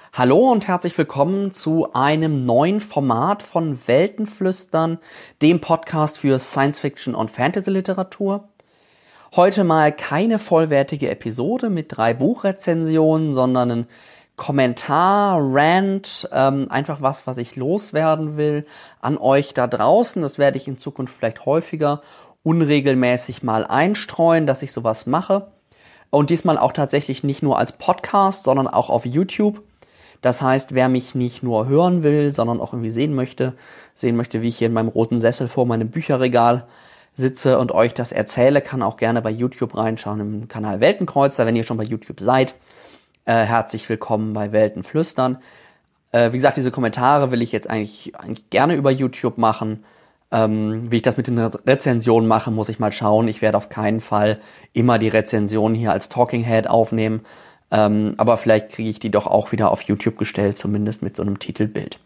Hallo und herzlich willkommen zu einem neuen Format von Weltenflüstern, dem Podcast für Science-Fiction und Fantasy-Literatur. Heute mal keine vollwertige Episode mit 3 Buchrezensionen, sondern ein Kommentar, Rant, einfach was ich loswerden will an euch da draußen. Das werde ich in Zukunft vielleicht häufiger unregelmäßig mal einstreuen, dass ich sowas mache. Und diesmal auch tatsächlich nicht nur als Podcast, sondern auch auf YouTube. Das heißt, wer mich nicht nur hören will, sondern auch irgendwie sehen möchte, wie ich hier in meinem roten Sessel vor meinem Bücherregal sitze und euch das erzähle, kann auch gerne bei YouTube reinschauen im Kanal Weltenkreuzer. Wenn ihr schon bei YouTube seid, herzlich willkommen bei Weltenflüstern. Wie gesagt, diese Kommentare will ich jetzt eigentlich gerne über YouTube machen. Wie ich das mit den Rezensionen mache, muss ich mal schauen. Ich werde auf keinen Fall immer die Rezensionen hier als Talking Head aufnehmen. Aber vielleicht kriege ich die doch auch wieder auf YouTube gestellt, zumindest mit so einem Titelbild.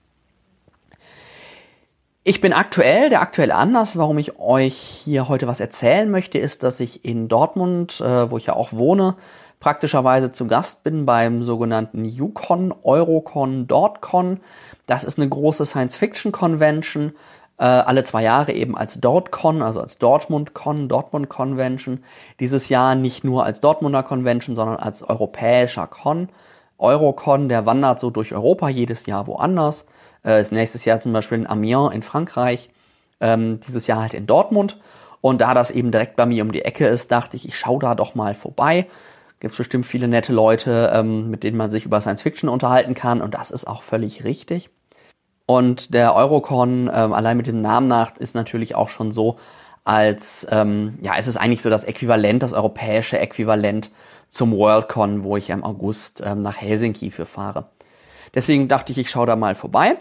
Ich bin der aktuelle Anlass, warum ich euch hier heute was erzählen möchte, ist, dass ich in Dortmund, wo ich ja auch wohne, praktischerweise zu Gast bin beim sogenannten UCon, Eurocon, DortCon. Das ist eine große Science-Fiction-Convention, alle 2 Jahre eben als DortCon, also als Dortmund-Con, Dortmund Convention. Dieses Jahr nicht nur als Dortmunder Convention, sondern als europäischer Con. Eurocon, der wandert so durch Europa, jedes Jahr woanders. Ist nächstes Jahr zum Beispiel in Amiens in Frankreich, dieses Jahr halt in Dortmund. Und da das eben direkt bei mir um die Ecke ist, dachte ich, ich schaue da doch mal vorbei. Gibt bestimmt viele nette Leute, mit denen man sich über Science Fiction unterhalten kann. Und das ist auch völlig richtig. Und der Eurocon, allein mit dem Namen nach, ist natürlich auch schon so, als, es ist eigentlich so das Äquivalent, das europäische Äquivalent zum Worldcon, wo ich ja im August nach Helsinki für fahre. Deswegen dachte ich schaue da mal vorbei.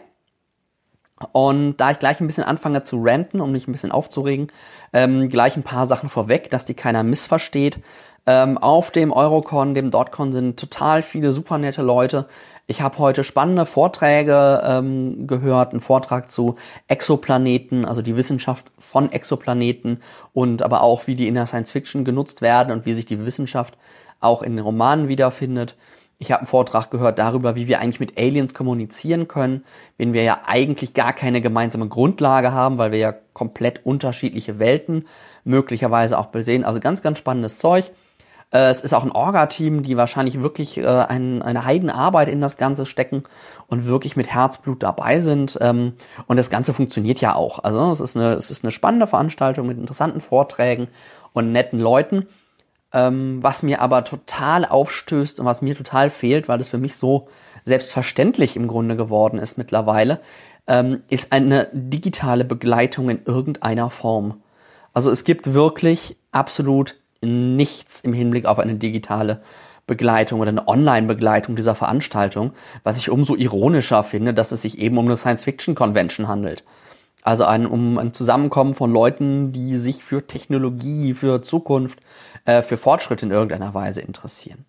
Und da ich gleich ein bisschen anfange zu ranten, um mich ein bisschen aufzuregen, gleich ein paar Sachen vorweg, dass die keiner missversteht. Auf dem Eurocon, dem DortCon sind total viele super nette Leute. Ich habe heute spannende Vorträge gehört, einen Vortrag zu Exoplaneten, also die Wissenschaft von Exoplaneten und aber auch, wie die in der Science-Fiction genutzt werden und wie sich die Wissenschaft auch in den Romanen wiederfindet. Ich habe einen Vortrag gehört darüber, wie wir eigentlich mit Aliens kommunizieren können, wenn wir ja eigentlich gar keine gemeinsame Grundlage haben, weil wir ja komplett unterschiedliche Welten möglicherweise auch besehen. Also ganz, ganz spannendes Zeug. Es ist auch ein Orga-Team, die wahrscheinlich wirklich eine Heidenarbeit in das Ganze stecken und wirklich mit Herzblut dabei sind. Und das Ganze funktioniert ja auch. Also es ist eine spannende Veranstaltung mit interessanten Vorträgen und netten Leuten. Was mir aber total aufstößt und was mir total fehlt, weil es für mich so selbstverständlich im Grunde geworden ist mittlerweile, ist eine digitale Begleitung in irgendeiner Form. Also es gibt wirklich absolut nichts im Hinblick auf eine digitale Begleitung oder eine Online-Begleitung dieser Veranstaltung, was ich umso ironischer finde, dass es sich eben um eine Science-Fiction-Convention handelt. Also um ein Zusammenkommen von Leuten, die sich für Technologie, für Zukunft, für Fortschritt in irgendeiner Weise interessieren.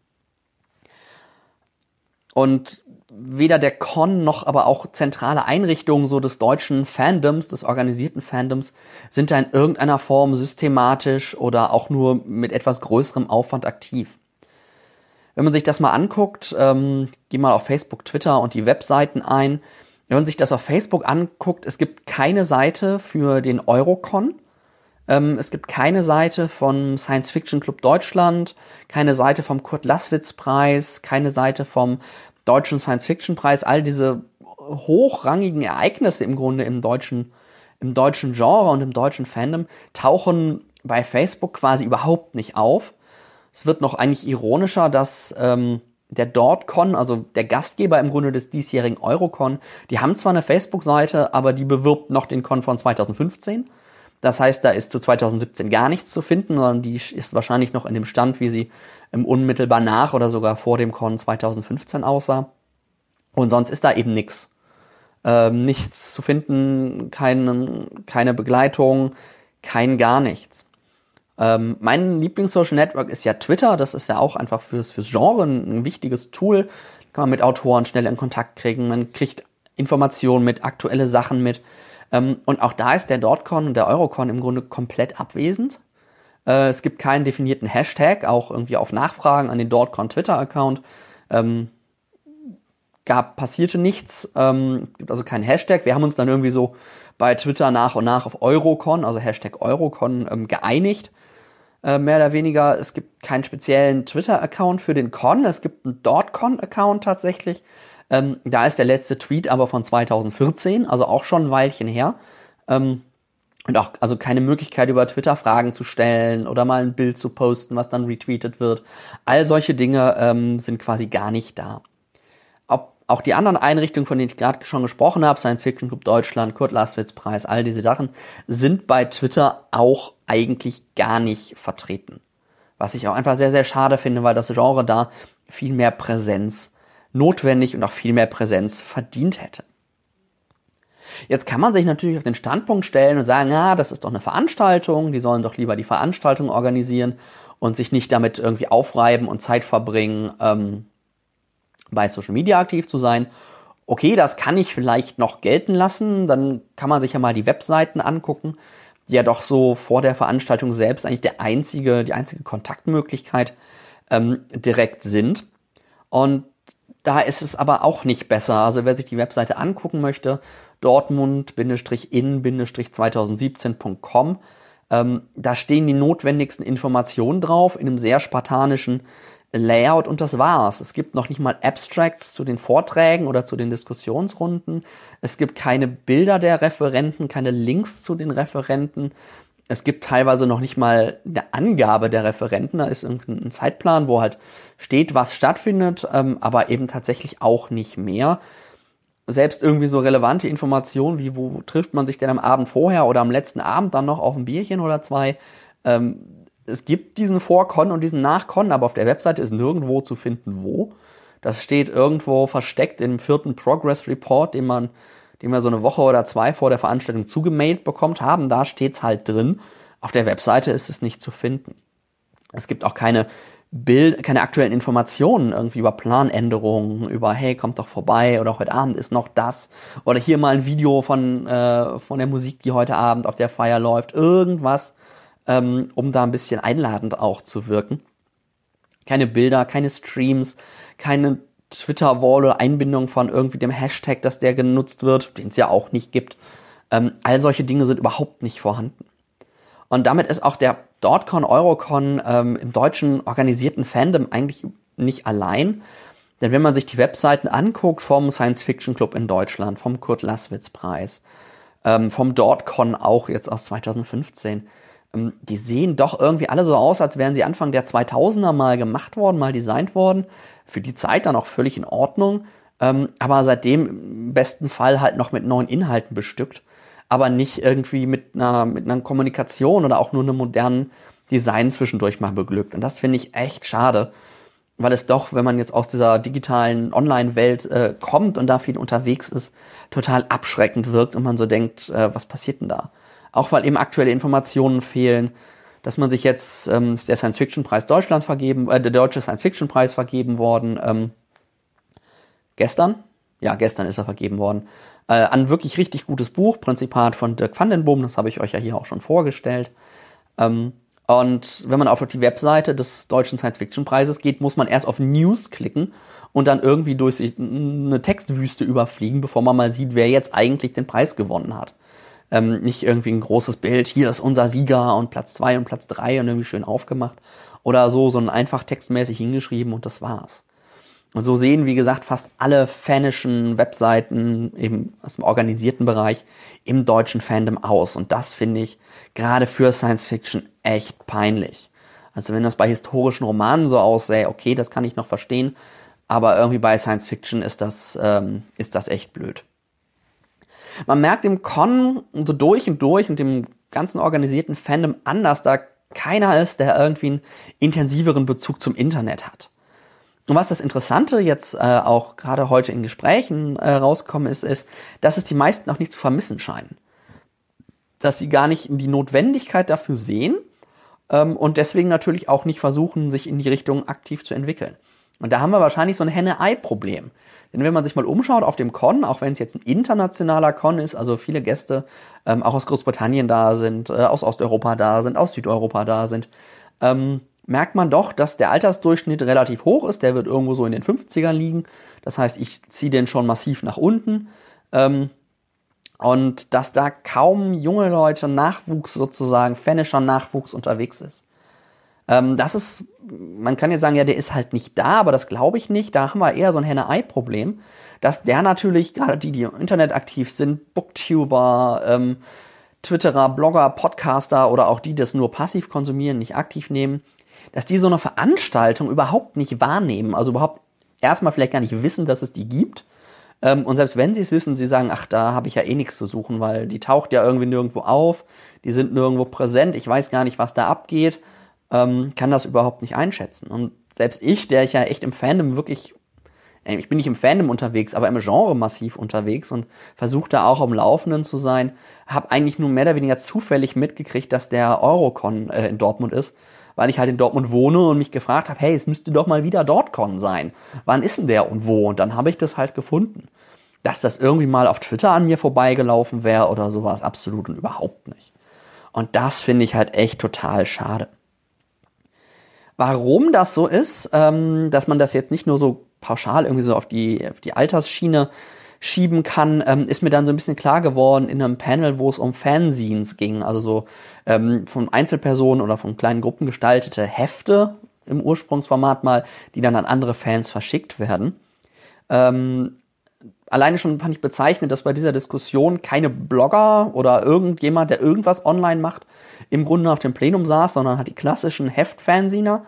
Und weder der Con noch aber auch zentrale Einrichtungen so des deutschen Fandoms, des organisierten Fandoms, sind da in irgendeiner Form systematisch oder auch nur mit etwas größerem Aufwand aktiv. Wenn man sich das mal anguckt, geh mal auf Facebook, Twitter und die Webseiten ein. Wenn man sich das auf Facebook anguckt, es gibt keine Seite für den Eurocon. Es gibt keine Seite vom Science Fiction Club Deutschland, keine Seite vom Kurt-Laßwitz-Preis, keine Seite vom Deutschen Science-Fiction-Preis. All diese hochrangigen Ereignisse im Grunde im deutschen Genre und im deutschen Fandom tauchen bei Facebook quasi überhaupt nicht auf. Es wird noch eigentlich ironischer, dass der DortCon, also der Gastgeber im Grunde des diesjährigen Eurocon, die haben zwar eine Facebook-Seite, aber die bewirbt noch den Con von 2015. Das heißt, da ist zu 2017 gar nichts zu finden, sondern die ist wahrscheinlich noch in dem Stand, wie sie unmittelbar nach oder sogar vor dem Con 2015 aussah. Und sonst ist da eben nichts. Nichts zu finden, keine Begleitung, kein gar nichts. Mein Lieblings-Social Network ist ja Twitter. Das ist ja auch einfach fürs Genre ein wichtiges Tool. Kann man mit Autoren schnell in Kontakt kriegen. Man kriegt Informationen mit, aktuelle Sachen mit. Und auch da ist der DortCon und der Eurocon im Grunde komplett abwesend. Es gibt keinen definierten Hashtag, auch irgendwie auf Nachfragen an den DortCon Twitter-Account. passierte nichts, gibt also keinen Hashtag. Wir haben uns dann irgendwie so bei Twitter nach und nach auf Eurocon, also Hashtag Eurocon, geeinigt. Mehr oder weniger, es gibt keinen speziellen Twitter-Account für den Con, es gibt einen .con-Account tatsächlich. Da ist der letzte Tweet aber von 2014, also auch schon ein Weilchen her. Und auch also keine Möglichkeit, über Twitter Fragen zu stellen oder mal ein Bild zu posten, was dann retweetet wird. All solche Dinge sind quasi gar nicht da. Auch die anderen Einrichtungen, von denen ich gerade schon gesprochen habe, Science Fiction Club Deutschland, Kurt-Laswitz-Preis, all diese Sachen, sind bei Twitter auch eigentlich gar nicht vertreten. Was ich auch einfach sehr, sehr schade finde, weil das Genre da viel mehr Präsenz notwendig und auch viel mehr Präsenz verdient hätte. Jetzt kann man sich natürlich auf den Standpunkt stellen und sagen, ja, das ist doch eine Veranstaltung, die sollen doch lieber die Veranstaltung organisieren und sich nicht damit irgendwie aufreiben und Zeit verbringen, bei Social Media aktiv zu sein. Okay, das kann ich vielleicht noch gelten lassen, dann kann man sich ja mal die Webseiten angucken, die ja doch so vor der Veranstaltung selbst eigentlich die einzige Kontaktmöglichkeit direkt sind. Und da ist es aber auch nicht besser. Also wer sich die Webseite angucken möchte, dortmund-in-2017.com, da stehen die notwendigsten Informationen drauf in einem sehr spartanischen Layout und das war's. Es gibt noch nicht mal Abstracts zu den Vorträgen oder zu den Diskussionsrunden. Es gibt keine Bilder der Referenten, keine Links zu den Referenten. Es gibt teilweise noch nicht mal eine Angabe der Referenten. Da ist irgendein Zeitplan, wo halt steht, was stattfindet, aber eben tatsächlich auch nicht mehr. Selbst irgendwie so relevante Informationen wie, wo trifft man sich denn am Abend vorher oder am letzten Abend dann noch auf ein Bierchen oder zwei. Es gibt diesen Vor-Con und diesen Nach-Con, aber auf der Webseite ist nirgendwo zu finden, wo. Das steht irgendwo versteckt im 4. Progress Report, den wir so eine Woche oder zwei vor der Veranstaltung zugemailt bekommt haben. Da steht's halt drin. Auf der Webseite ist es nicht zu finden. Es gibt auch keine aktuellen Informationen irgendwie über Planänderungen, über hey, kommt doch vorbei oder heute Abend ist noch das oder hier mal ein Video von der Musik, die heute Abend auf der Feier läuft, irgendwas, um da ein bisschen einladend auch zu wirken. Keine Bilder, keine Streams, keine Twitter-Wall oder Einbindung von irgendwie dem Hashtag, dass der genutzt wird, den es ja auch nicht gibt. All solche Dinge sind überhaupt nicht vorhanden. Und damit ist auch der DortCon, Eurocon im deutschen organisierten Fandom eigentlich nicht allein. Denn wenn man sich die Webseiten anguckt vom Science Fiction Club in Deutschland, vom Kurt-Laswitz-Preis, vom DortCon auch jetzt aus 2015, die sehen doch irgendwie alle so aus, als wären sie Anfang der 2000er mal gemacht worden, mal designt worden. Für die Zeit dann auch völlig in Ordnung. Aber seitdem im besten Fall halt noch mit neuen Inhalten bestückt. Aber nicht irgendwie mit einer Kommunikation oder auch nur einem modernen Design zwischendurch mal beglückt. Und das finde ich echt schade, weil es doch, wenn man jetzt aus dieser digitalen Online-Welt kommt und da viel unterwegs ist, total abschreckend wirkt und man so denkt, was passiert denn da? Auch weil eben aktuelle Informationen fehlen, dass man sich jetzt ist der Science-Fiction-Preis Deutschland der Deutsche Science-Fiction-Preis vergeben worden. Gestern? Ja, gestern ist er vergeben worden. Ein wirklich richtig gutes Buch, Prinzipat von Dirk van den Boom, das habe ich euch ja hier auch schon vorgestellt. Und wenn man auf die Webseite des Deutschen Science-Fiction-Preises geht, muss man erst auf News klicken und dann irgendwie durch eine Textwüste überfliegen, bevor man mal sieht, wer jetzt eigentlich den Preis gewonnen hat. Nicht irgendwie ein großes Bild, hier ist unser Sieger und Platz 2 und Platz 3 und irgendwie schön aufgemacht oder sondern einfach textmäßig hingeschrieben und das war's. Und so sehen, wie gesagt, fast alle fanischen Webseiten eben aus dem organisierten Bereich im deutschen Fandom aus. Und das finde ich gerade für Science Fiction echt peinlich. Also wenn das bei historischen Romanen so aussähe, okay, das kann ich noch verstehen, aber irgendwie bei Science Fiction ist das echt blöd. Man merkt im Con so durch und dem ganzen organisierten Fandom an, dass da keiner ist, der irgendwie einen intensiveren Bezug zum Internet hat. Und was das Interessante jetzt auch gerade heute in Gesprächen rausgekommen ist, dass es die meisten auch nicht zu vermissen scheinen. Dass sie gar nicht die Notwendigkeit dafür sehen und deswegen natürlich auch nicht versuchen, sich in die Richtung aktiv zu entwickeln. Und da haben wir wahrscheinlich so ein Henne-Ei-Problem. Denn wenn man sich mal umschaut auf dem Con, auch wenn es jetzt ein internationaler Con ist, also viele Gäste auch aus Großbritannien da sind, aus Osteuropa da sind, aus Südeuropa da sind, merkt man doch, dass der Altersdurchschnitt relativ hoch ist. Der wird irgendwo so in den 50ern liegen. Das heißt, ich ziehe den schon massiv nach unten. Und dass da kaum junge Leute, Nachwuchs sozusagen, fänischer Nachwuchs unterwegs ist. Das ist, man kann jetzt sagen, ja, der ist halt nicht da, aber das glaube ich nicht. Da haben wir eher so ein Henne-Ei-Problem, dass der natürlich, gerade die im Internet aktiv sind, Booktuber, Twitterer, Blogger, Podcaster oder auch die, die das nur passiv konsumieren, nicht aktiv nehmen, dass die so eine Veranstaltung überhaupt nicht wahrnehmen, also überhaupt erstmal vielleicht gar nicht wissen, dass es die gibt. Und selbst wenn sie es wissen, sie sagen, ach, da habe ich ja eh nichts zu suchen, weil die taucht ja irgendwie nirgendwo auf, die sind nirgendwo präsent, ich weiß gar nicht, was da abgeht. Kann das überhaupt nicht einschätzen. Und selbst ich, der ich ja echt im Fandom wirklich, ich bin nicht im Fandom unterwegs, aber im Genre massiv unterwegs und versuche da auch am Laufenden zu sein, habe eigentlich nur mehr oder weniger zufällig mitgekriegt, dass der Eurocon in Dortmund ist, weil ich halt in Dortmund wohne und mich gefragt habe, hey, es müsste doch mal wieder Dortcon sein. Wann ist denn der und wo? Und dann habe ich das halt gefunden. Dass das irgendwie mal auf Twitter an mir vorbeigelaufen wäre oder sowas, absolut und überhaupt nicht. Und das finde ich halt echt total schade. Warum das so ist, dass man das jetzt nicht nur so pauschal irgendwie so auf die Altersschiene schieben kann, ist mir dann so ein bisschen klar geworden in einem Panel, wo es um Fanzines ging, also so von Einzelpersonen oder von kleinen Gruppen gestaltete Hefte im Ursprungsformat mal, die dann an andere Fans verschickt werden. Alleine schon fand ich bezeichnend, dass bei dieser Diskussion keine Blogger oder irgendjemand, der irgendwas online macht, im Grunde auf dem Plenum saß, sondern halt die klassischen Heftfansiner.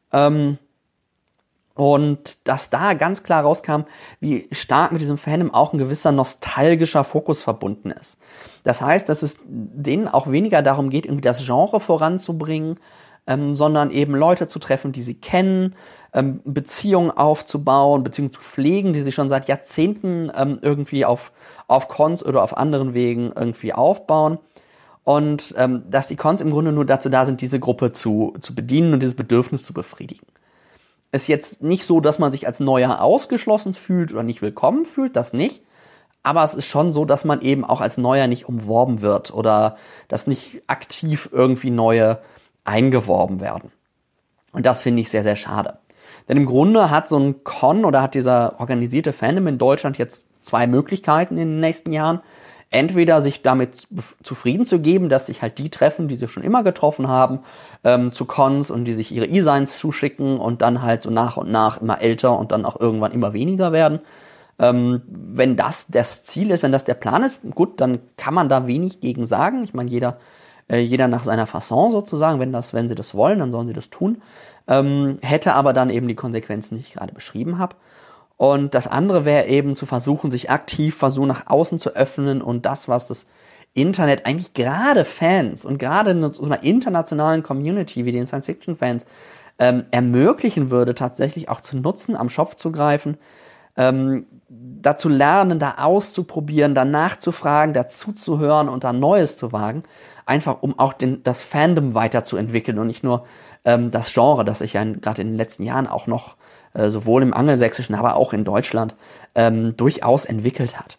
Und dass da ganz klar rauskam, wie stark mit diesem Fandom auch ein gewisser nostalgischer Fokus verbunden ist. Das heißt, dass es denen auch weniger darum geht, irgendwie das Genre voranzubringen, sondern eben Leute zu treffen, die sie kennen, Beziehungen aufzubauen, Beziehungen zu pflegen, die sie schon seit Jahrzehnten irgendwie auf Cons oder auf anderen Wegen irgendwie aufbauen. Und dass die Cons im Grunde nur dazu da sind, diese Gruppe zu bedienen und dieses Bedürfnis zu befriedigen. Ist jetzt nicht so, dass man sich als Neuer ausgeschlossen fühlt oder nicht willkommen fühlt, das nicht. Aber es ist schon so, dass man eben auch als Neuer nicht umworben wird oder dass nicht aktiv irgendwie Neue eingeworben werden. Und das finde ich sehr, sehr schade. Denn im Grunde hat so ein Con oder hat dieser organisierte Fandom in Deutschland jetzt zwei Möglichkeiten in den nächsten Jahren. Entweder sich damit zufrieden zu geben, dass sich halt die treffen, die sie schon immer getroffen haben, zu Cons und die sich ihre E-Signs zuschicken und dann halt so nach und nach immer älter und dann auch irgendwann immer weniger werden. Wenn das Ziel ist, wenn das der Plan ist, gut, dann kann man da wenig gegen sagen. Ich meine, jeder nach seiner Fasson sozusagen, wenn sie das wollen, dann sollen sie das tun. Hätte aber dann eben die Konsequenzen, die ich gerade beschrieben habe. Und das andere wäre eben zu versuchen, sich aktiv nach außen zu öffnen und das, was das Internet eigentlich gerade Fans und gerade in so einer internationalen Community wie den Science-Fiction-Fans ermöglichen würde, tatsächlich auch zu nutzen, am Schopf zu greifen, da zu lernen, da auszuprobieren, da nachzufragen, dazu zu hören und da Neues zu wagen, einfach um auch das Fandom weiterzuentwickeln und nicht nur das Genre, das sich ja gerade in den letzten Jahren auch noch sowohl im Angelsächsischen, aber auch in Deutschland durchaus entwickelt hat.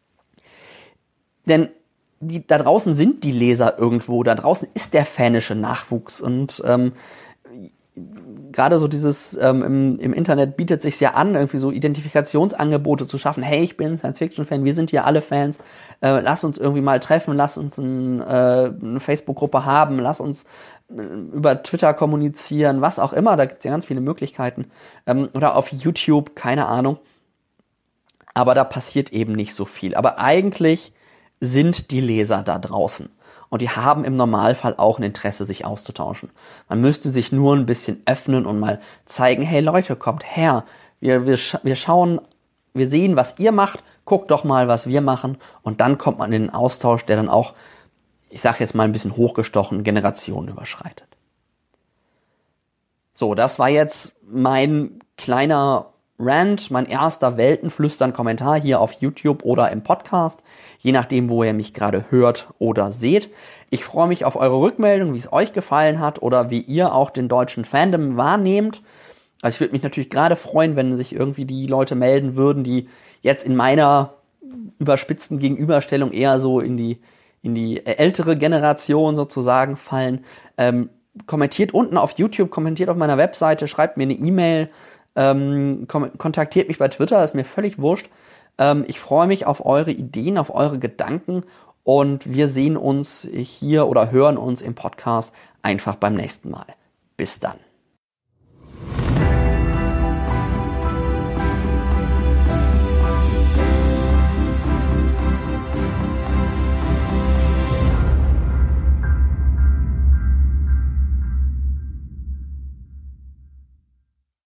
Denn da draußen sind die Leser irgendwo, da draußen ist der fanische Nachwuchs und gerade so dieses im Internet bietet sich ja an, irgendwie so Identifikationsangebote zu schaffen. Hey, ich bin Science-Fiction-Fan, wir sind hier alle Fans, lass uns irgendwie mal treffen, lass uns eine Facebook-Gruppe haben, lass uns über Twitter kommunizieren, was auch immer, da gibt es ja ganz viele Möglichkeiten. Oder auf YouTube, keine Ahnung. Aber da passiert eben nicht so viel. Aber eigentlich sind die Leser da draußen. Und die haben im Normalfall auch ein Interesse, sich auszutauschen. Man müsste sich nur ein bisschen öffnen und mal zeigen, hey Leute, kommt her. Wir schauen, wir sehen, was ihr macht. Guckt doch mal, was wir machen. Und dann kommt man in den Austausch, der dann auch, ich sage jetzt mal ein bisschen hochgestochen, Generationen überschreitet. So, das war jetzt mein kleiner Rant, mein erster Weltenflüstern-Kommentar hier auf YouTube oder im Podcast, je nachdem, wo ihr mich gerade hört oder seht. Ich freue mich auf eure Rückmeldung, wie es euch gefallen hat oder wie ihr auch den deutschen Fandom wahrnehmt. Also ich würde mich natürlich gerade freuen, wenn sich irgendwie die Leute melden würden, die jetzt in meiner überspitzten Gegenüberstellung eher so in die ältere Generation sozusagen fallen, kommentiert unten auf YouTube, kommentiert auf meiner Webseite, schreibt mir eine E-Mail, kontaktiert mich bei Twitter, ist mir völlig wurscht. Ich freue mich auf eure Ideen, auf eure Gedanken und wir sehen uns hier oder hören uns im Podcast einfach beim nächsten Mal. Bis dann.